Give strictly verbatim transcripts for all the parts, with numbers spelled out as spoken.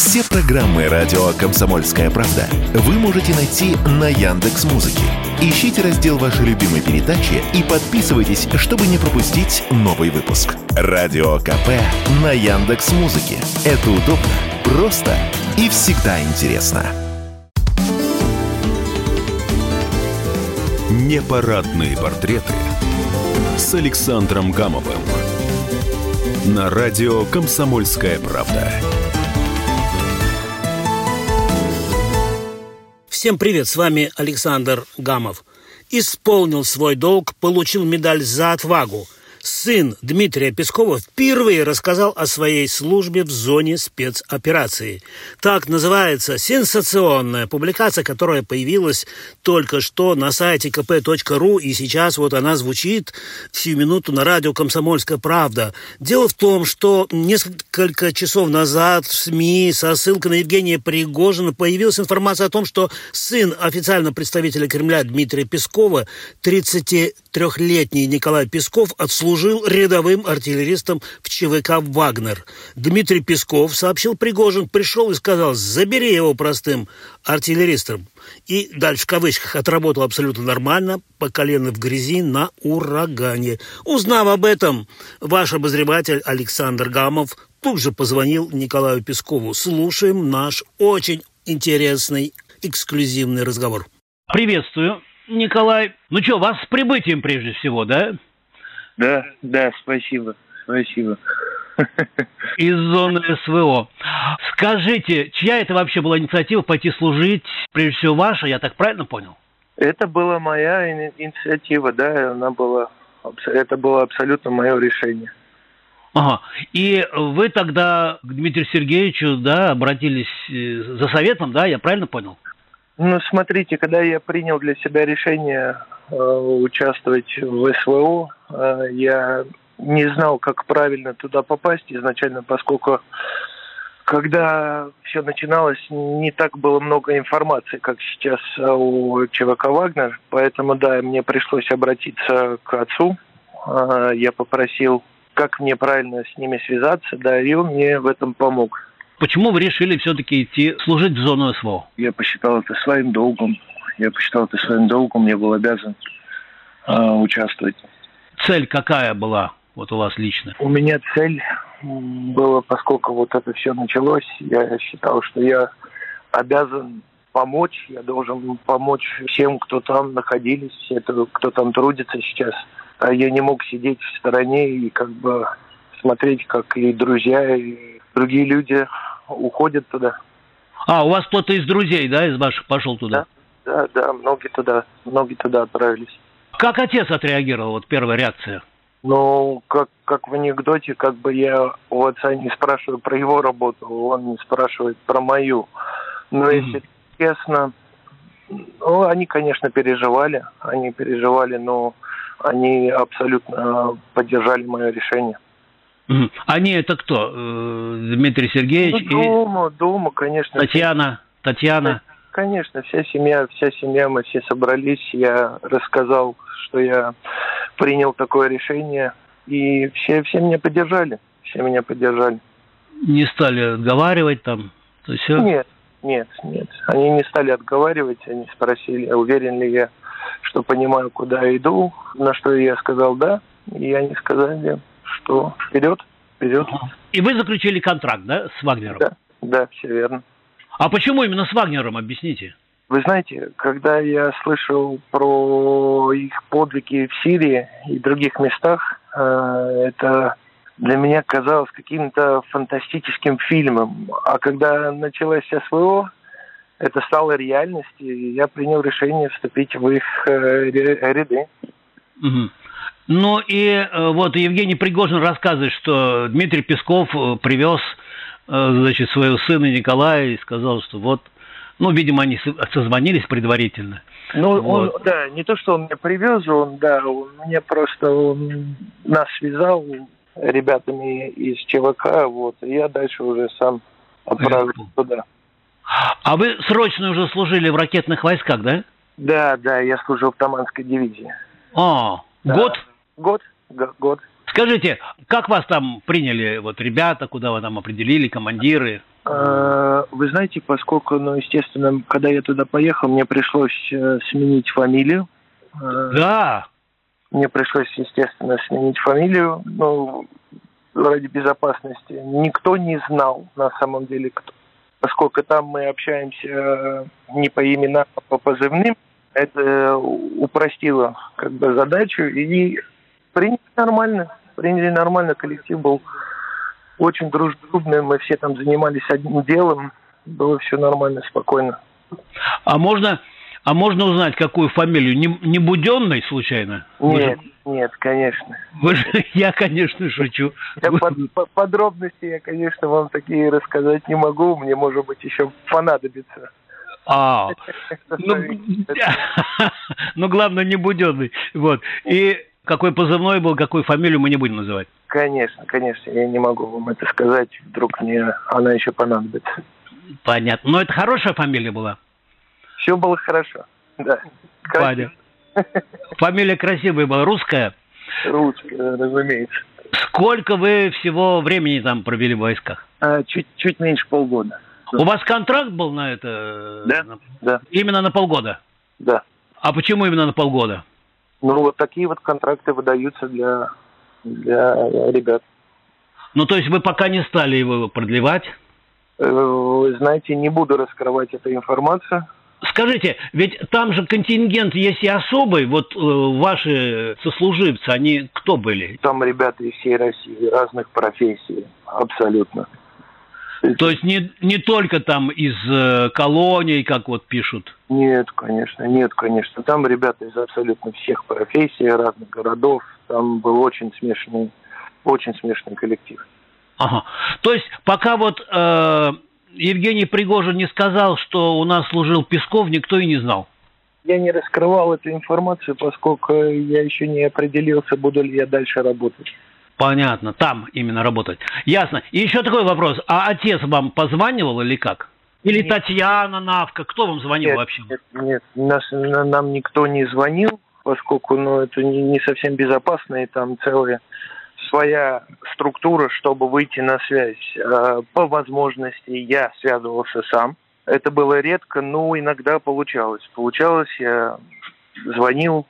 Все программы радио «Комсомольская правда» вы можете найти на Яндекс.Музыке. Ищите раздел вашей любимой передачи и подписывайтесь, чтобы не пропустить новый выпуск. Радио КП на Яндекс.Музыке. Это удобно, просто и всегда интересно. Непарадные портреты с Александром Гамовым на радио «Комсомольская правда». Всем привет, с вами Александр Гамов. Исполнил свой долг, получил медаль за отвагу. Сын Дмитрия Пескова впервые рассказал о своей службе в зоне спецоперации. Так называется сенсационная публикация, которая появилась только что на сайте ка пэ точка ру, и сейчас вот она звучит всю минуту на радио «Комсомольская правда». Дело в том, что несколько часов назад в СМИ со ссылкой на Евгения Пригожина появилась информация о том, что сын официального представителя Кремля Дмитрия Пескова, тридцатитрёхлетний Николай Песков, отслужил служил рядовым артиллеристом в че вэ ка «Вагнер». Дмитрий Песков, сообщил Пригожин, пришел и сказал: «Забери его простым артиллеристом». И дальше в кавычках отработал абсолютно нормально, по колено в грязи на урагане. Узнав об этом, ваш обозреватель Александр Гамов тут же позвонил Николаю Пескову. Слушаем наш очень интересный эксклюзивный разговор. Приветствую, Николай. Ну что, вас с прибытием прежде всего, да? Да, да, спасибо, спасибо. Из зоны эс вэ о. Скажите, чья это вообще была инициатива пойти служить? Прежде всего ваша, я так правильно понял? Это была моя инициатива, да, она была, это было абсолютно мое решение. Ага. И вы тогда к Дмитрию Сергеевичу, да, обратились за советом, да, я правильно понял? Ну, смотрите, когда я принял для себя решение э, участвовать в эс вэ о, э, я не знал, как правильно туда попасть изначально, поскольку когда все начиналось, не так было много информации, как сейчас у че вэ ка «Вагнер», поэтому, да, мне пришлось обратиться к отцу. Э, я попросил, как мне правильно с ними связаться, да, и он мне в этом помог. Почему вы решили все-таки идти служить в зону эс вэ о? Я посчитал это своим долгом. Я посчитал это своим долгом, я был обязан э, участвовать. Цель какая была вот у вас лично? У меня цель была, поскольку вот это все началось, я считал, что я обязан помочь, я должен помочь всем, кто там находились, все, кто там трудится сейчас. А я не мог сидеть в стороне и как бы смотреть, как и друзья, и другие люди уходят туда. А, у вас кто-то из друзей, да, из ваших пошел туда? Да, да, да, многие туда, многие туда отправились. Как отец отреагировал, вот первая реакция? Ну, как, как в анекдоте, как бы я у отца не спрашиваю про его работу, он не спрашивает про мою. Но mm-hmm. если честно, ну, они, конечно, переживали, они переживали, но они абсолютно поддержали мое решение. Они это кто? Дмитрий Сергеевич? Ну, дома, и... дома, конечно. Татьяна, Татьяна. Конечно, вся семья, вся семья, мы все собрались. Я рассказал, что я принял такое решение, и все, все меня поддержали. Все меня поддержали. Не стали отговаривать там? То все? Нет, нет, нет. Они не стали отговаривать, они спросили, уверен ли я, что понимаю, куда я иду, на что я сказал да, и они сказали, что вперед, вперед. И вы заключили контракт, да, с Вагнером? Да, да, все верно. А почему именно с Вагнером, объясните? Вы знаете, когда я слышал про их подвиги в Сирии и других местах, это для меня казалось каким-то фантастическим фильмом. А когда началась эс вэ о, это стало реальностью, и я принял решение вступить в их ряды. Угу. Ну и вот Евгений Пригожин рассказывает, что Дмитрий Песков привез, значит, своего сына Николая и сказал, что вот, ну, видимо, они созвонились предварительно. Ну, вот. он, да, не то, что он меня привез, он, да, он мне просто, он нас связал ребятами из че вэ ка, вот, и я дальше уже сам отправился туда. А вы срочно уже служили в ракетных войсках, да? Да, да, я служил в Таманской дивизии. А, да. год? Год, год. Скажите, как вас там приняли вот ребята, куда вы там определили, командиры? Э, Вы знаете, поскольку, ну, естественно, когда я туда поехал, мне пришлось э, сменить фамилию. Да. Мне пришлось, естественно, сменить фамилию, ну, ради безопасности. Никто не знал, на самом деле, кто. Поскольку там мы общаемся не по именам, а по позывным, это упростило как бы задачу, и приняли нормально. Приняли нормально, коллектив был очень дружелюбный, мы все там занимались одним делом, было все нормально, спокойно. А можно, а можно узнать, какую фамилию? Не, не Буденный, случайно? Нет, же... нет, конечно. Вы же... Я, конечно, шучу. Я под, по, подробности я, конечно, вам такие рассказать не могу, мне, может быть, еще понадобится. А, ну, ну, главное, не Буденный. Вот. И какой позывной был, какую фамилию мы не будем называть? Конечно, конечно, я не могу вам это сказать, вдруг мне она еще понадобится. Понятно. Но это хорошая фамилия была? Все было хорошо, да. Понятно. Фамилия красивая была, русская? Русская, разумеется. Сколько вы всего времени там провели в войсках? А, чуть, чуть меньше полгода. У вас контракт был на это? Да, да. Именно на полгода? Да. А почему именно на полгода? Ну, вот такие вот контракты выдаются для, для ребят. Ну, то есть вы пока не стали его продлевать? Вы знаете, не буду раскрывать эту информацию. Скажите, ведь там же контингент есть и особый. Вот э, ваши сослуживцы, они кто были? Там ребята из всей России, разных профессий, абсолютно. То есть не, не только там из э, колоний, как вот пишут? Нет, конечно, нет, конечно. Там ребята из абсолютно всех профессий, разных городов. Там был очень смешанный, очень смешанный коллектив. Ага. То есть пока вот э, Евгений Пригожин не сказал, что у нас служил Песков, никто и не знал? Я не раскрывал эту информацию, поскольку я еще не определился, буду ли я дальше работать. Понятно, там именно работать. Ясно. И еще такой вопрос. А отец вам позванивал или как? Или нет. Татьяна Навка? Кто вам звонил нет, вообще? Нет, нет. Нас, нам никто не звонил, поскольку ну, это не, не совсем безопасно, и там целая своя структура, чтобы выйти на связь. По возможности я связывался сам. Это было редко, но иногда получалось. Получалось, я звонил,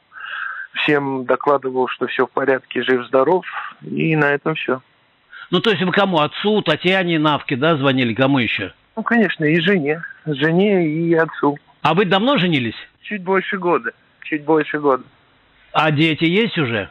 всем докладывал, что все в порядке, жив-здоров, и на этом все. Ну, то есть вы кому? Отцу, Татьяне Навке, да, звонили? Кому еще? Ну, конечно, и жене. Жене и отцу. А вы давно женились? Чуть больше года. Чуть больше года. А дети есть уже?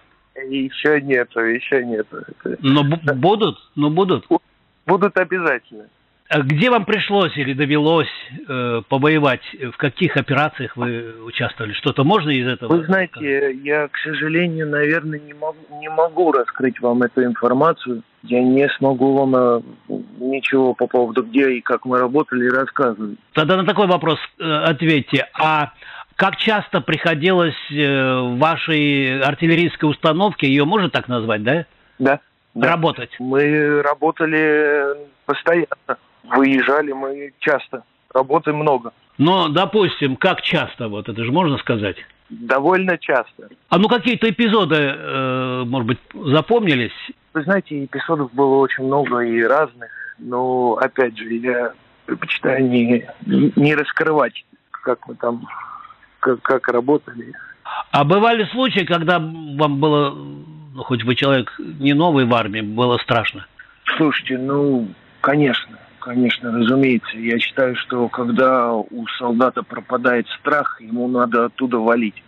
Еще нету, еще нету. Но б- будут? Но будут? Будут обязательно. Где вам пришлось или довелось э, побоевать? В каких операциях вы участвовали? Что-то можно из этого? Вы знаете, сказать? Я, к сожалению, наверное, не могу, не могу раскрыть вам эту информацию. Я не смогу вам э, ничего по поводу, где и как мы работали, рассказывать. Тогда на такой вопрос э, ответьте. А как часто приходилось э, в вашей артиллерийской установке, ее можно так назвать, да? Да. Работать? Да. Мы работали постоянно. Выезжали мы часто. Работы много. Но, допустим, как часто? Вот это же можно сказать? Довольно часто. А ну какие-то эпизоды, э, может быть, запомнились? Вы знаете, эпизодов было очень много и разных. Но, опять же, я предпочитаю не, не раскрывать, как мы там, как, как работали. А бывали случаи, когда вам было, ну, хоть вы человек не новый в армии, было страшно? Слушайте, ну, конечно. Конечно, разумеется. Я считаю, что когда у солдата пропадает страх, ему надо оттуда валить.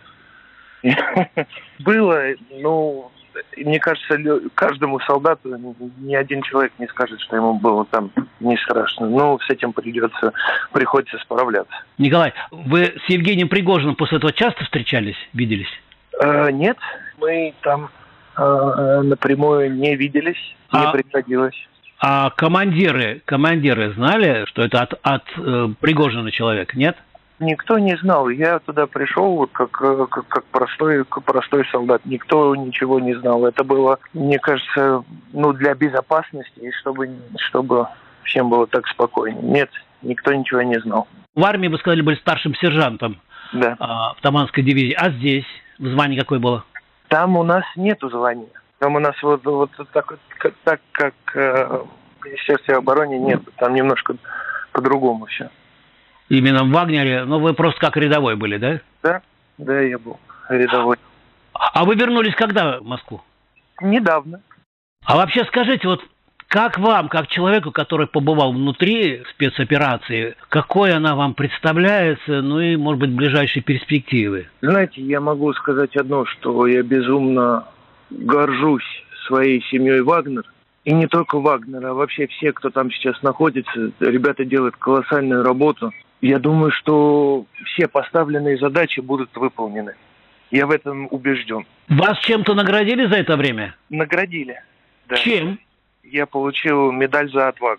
Было, ну, мне кажется, каждому солдату ни один человек не скажет, что ему было там не страшно. Но с этим придется, приходится справляться. Николай, вы с Евгением Пригожиным после этого часто встречались, виделись? Э, нет, мы там э, напрямую не виделись, не а... приходилось. А командиры, командиры знали, что это от, от э, Пригожина человек, нет? Никто не знал. Я туда пришел вот как, как, как простой, как простой солдат. Никто ничего не знал. Это было, мне кажется, ну, для безопасности, и чтобы, чтобы всем было так спокойнее. Нет, никто ничего не знал. В армии, вы сказали, были старшим сержантом, да. а, в Таманской дивизии. А здесь в звании какое было? Там у нас нету звания. Там у нас вот, вот так, как, так как э, в Министерстве обороны нет. Там немножко по-другому все. Именно в Вагнере? Ну, вы просто как рядовой были, да? Да, да, я был рядовой. А вы вернулись когда в Москву? Недавно. А вообще скажите, вот как вам, как человеку, который побывал внутри спецоперации, какой она вам представляется, ну и, может быть, ближайшие перспективы? Знаете, я могу сказать одно, что я безумно горжусь своей семьей Вагнер. И не только Вагнер, а вообще все, кто там сейчас находится. Ребята делают колоссальную работу. Я думаю, что все поставленные задачи будут выполнены. Я в этом убежден. Вас чем-то наградили за это время? Наградили. Да. Чем? Я получил медаль за отвагу.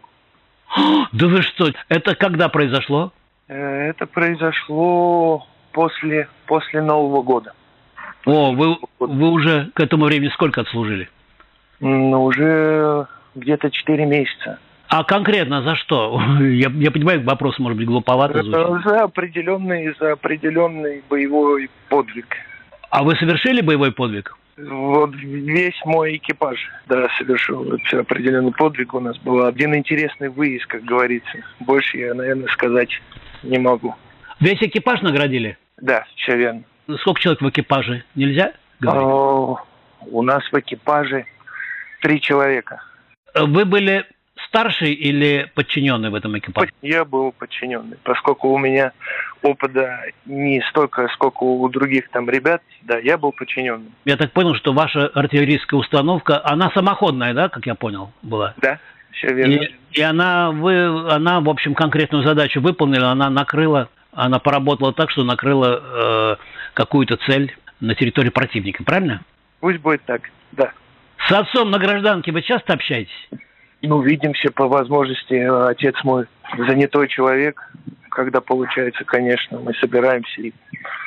Да вы что? Это когда произошло? Это произошло после, после Нового года. О, вы, вы уже к этому времени сколько отслужили? Ну, уже где-то четыре месяца. А конкретно за что? Я, я понимаю, вопрос может быть глуповато звучит. За определенный, за определенный боевой подвиг. А вы совершили боевой подвиг? Вот весь мой экипаж, да, совершил это определенный подвиг. У нас был один интересный выезд, как говорится. Больше я, наверное, сказать не могу. Весь экипаж наградили? Да, все верно. Сколько человек в экипаже? Нельзя говорить? О, у нас в экипаже три человека. Вы были старший или подчиненный в этом экипаже? Я был подчиненный, поскольку у меня опыта не столько, сколько у других там ребят, да, я был подчиненным. Я так понял, что ваша артиллерийская установка, она самоходная, да, как я понял, была? Да, все верно. И, и она, вы, она, в общем, конкретную задачу выполнила, она накрыла, она поработала так, что накрыла э, какую-то цель на территории противника, правильно? Пусть будет так, да. С отцом на гражданке вы часто общаетесь? Ну, видимся по возможности. Отец мой занятой человек. Когда получается, конечно, мы собираемся и,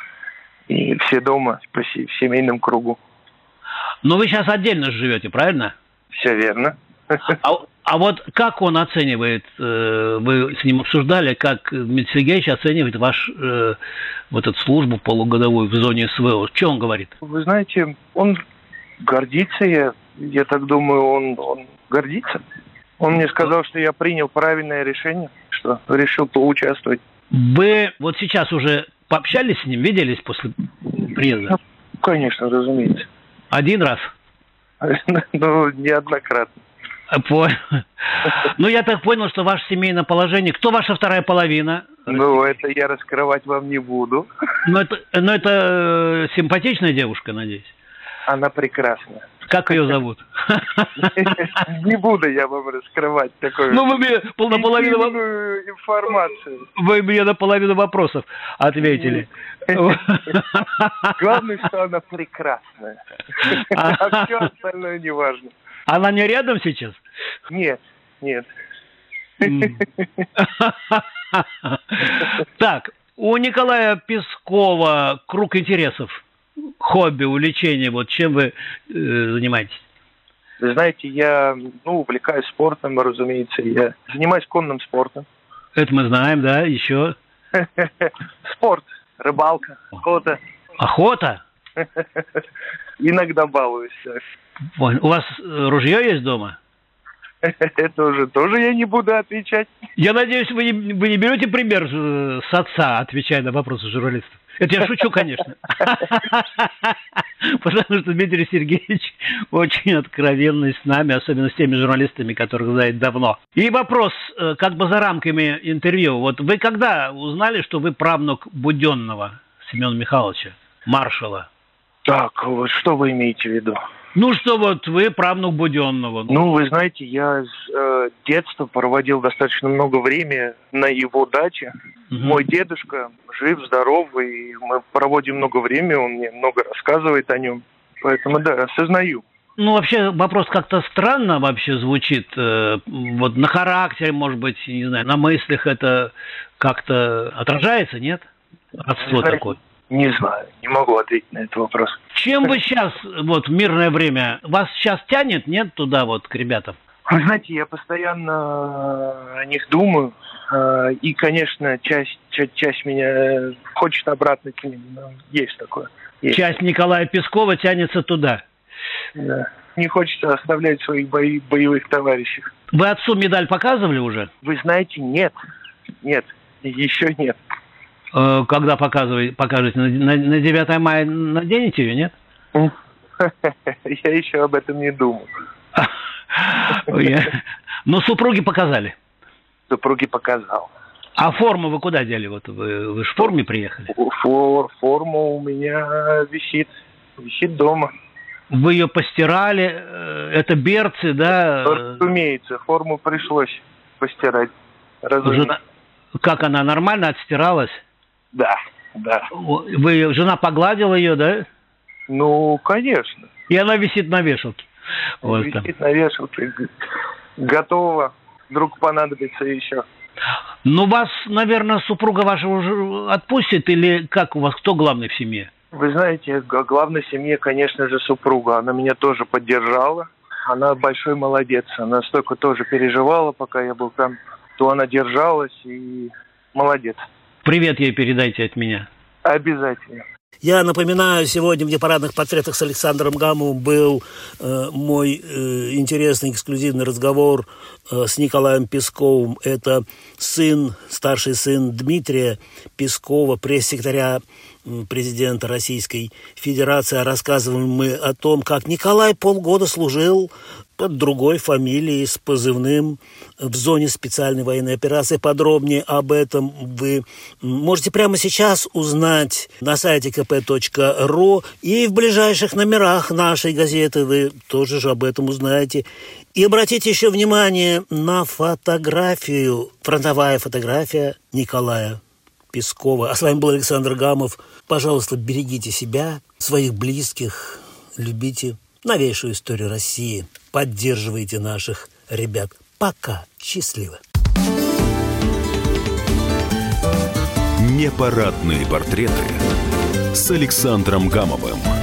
и все дома, по в семейном кругу. Но вы сейчас отдельно живете, правильно? Все верно. А, а вот как он оценивает, э, вы с ним обсуждали, как Дмитрий Сергеевич оценивает ваш э, вот эту службу полугодовую в зоне СВО? Что он говорит? Вы знаете, он гордится, я, я так думаю, он, он гордится. Он мне сказал, что я принял правильное решение, что решил поучаствовать. Вы вот сейчас уже пообщались с ним, виделись после приезда? Ну, конечно, разумеется. Один раз? Ну, неоднократно. Понял. Ну, я так понял, что ваше семейное положение... Кто ваша вторая половина? Ну, это я раскрывать вам не буду. Но это, но это симпатичная девушка, надеюсь? Она прекрасная. Как ее зовут? Не буду я вам раскрывать такую ну, вы мне наполовину информацию. Вы мне наполовину вопросов ответили. Главное, что она прекрасная. А все остальное не важно. Она не рядом сейчас? Нет, нет. Так, у Николая Пескова круг интересов. Хобби, увлечение, вот чем вы э, занимаетесь? Вы знаете, я ну, увлекаюсь спортом, разумеется. Я занимаюсь конным спортом. Это мы знаем, да, еще? Спорт, рыбалка, охота. Охота? Иногда балуюсь. У вас ружье есть дома? Это уже тоже я не буду отвечать. Я надеюсь, вы не, вы не берете пример с отца, отвечая на вопросы журналистов. Это я шучу, конечно. Потому что Дмитрий Сергеевич очень откровенный с нами, особенно с теми журналистами, которых знает давно. И вопрос, как бы за рамками интервью. Вот вы когда узнали, что вы правнук Буденного Семена Михайловича, маршала? Так, вот что вы имеете в виду? Ну, что вот вы правнук Буденного. Ну, вы знаете, я с э, детства проводил достаточно много времени на его даче. Угу. Мой дедушка жив, здоров, и мы проводим много времени, он мне много рассказывает о нем. Поэтому, да, осознаю. Ну, вообще, вопрос как-то странно вообще звучит. Э, вот на характере, может быть, не знаю, на мыслях это как-то отражается, нет? Родство такое. Не знаю, не могу ответить на этот вопрос. Чем вы сейчас, вот в мирное время, вас сейчас тянет, нет, туда вот к ребятам? Вы знаете, я постоянно о них думаю. И, конечно, часть, часть, часть меня хочет обратно к ним. Но есть такое. Есть. Часть Николая Пескова тянется туда. Да. Не хочется оставлять своих бои, боевых товарищей. Вы отцу медаль показывали уже? Вы знаете, нет. нет, еще нет. Когда показываете, покажете? На, на, на девятое мая наденете ее, нет? Я еще об этом не думал. Но супруги показали? Супруги показал. А форму вы куда дели? Вот вы, вы же в форме приехали? Фор, форма у меня висит, висит дома. Вы ее постирали? Это берцы, да? Разумеется, форму пришлось постирать. Жена, как она, нормально отстиралась? Да, да. Вы, жена погладила ее, да? Ну, конечно. И она висит на вешалке? Вот висит там на вешалке. Готова. Вдруг понадобится еще. Ну, вас, наверное, супруга ваша уже отпустит, или как у вас, кто главный в семье? Вы знаете, главной в семье, конечно же, супруга. Она меня тоже поддержала. Она большой молодец. Она столько тоже переживала, пока я был там. То она держалась и молодец. Привет ей передайте от меня. Обязательно. Я напоминаю, сегодня в «Непарадных портретах» с Александром Гамовым был э, мой э, интересный эксклюзивный разговор э, с Николаем Песковым. Это сын, старший сын Дмитрия Пескова, пресс-секретаря э, президента Российской Федерации. Рассказываем мы о том, как Николай полгода служил под другой фамилией с позывным в зоне специальной военной операции. Подробнее об этом вы можете прямо сейчас узнать на сайте ка пэ точка ру, и в ближайших номерах нашей газеты вы тоже же об этом узнаете. И обратите еще внимание на фотографию, фронтовая фотография Николая Пескова. А с вами был Александр Гамов. Пожалуйста, берегите себя, своих близких, любите новейшую историю России. Поддерживайте наших ребят. Пока. Счастливо. Непарадные портреты с Александром Гамовым.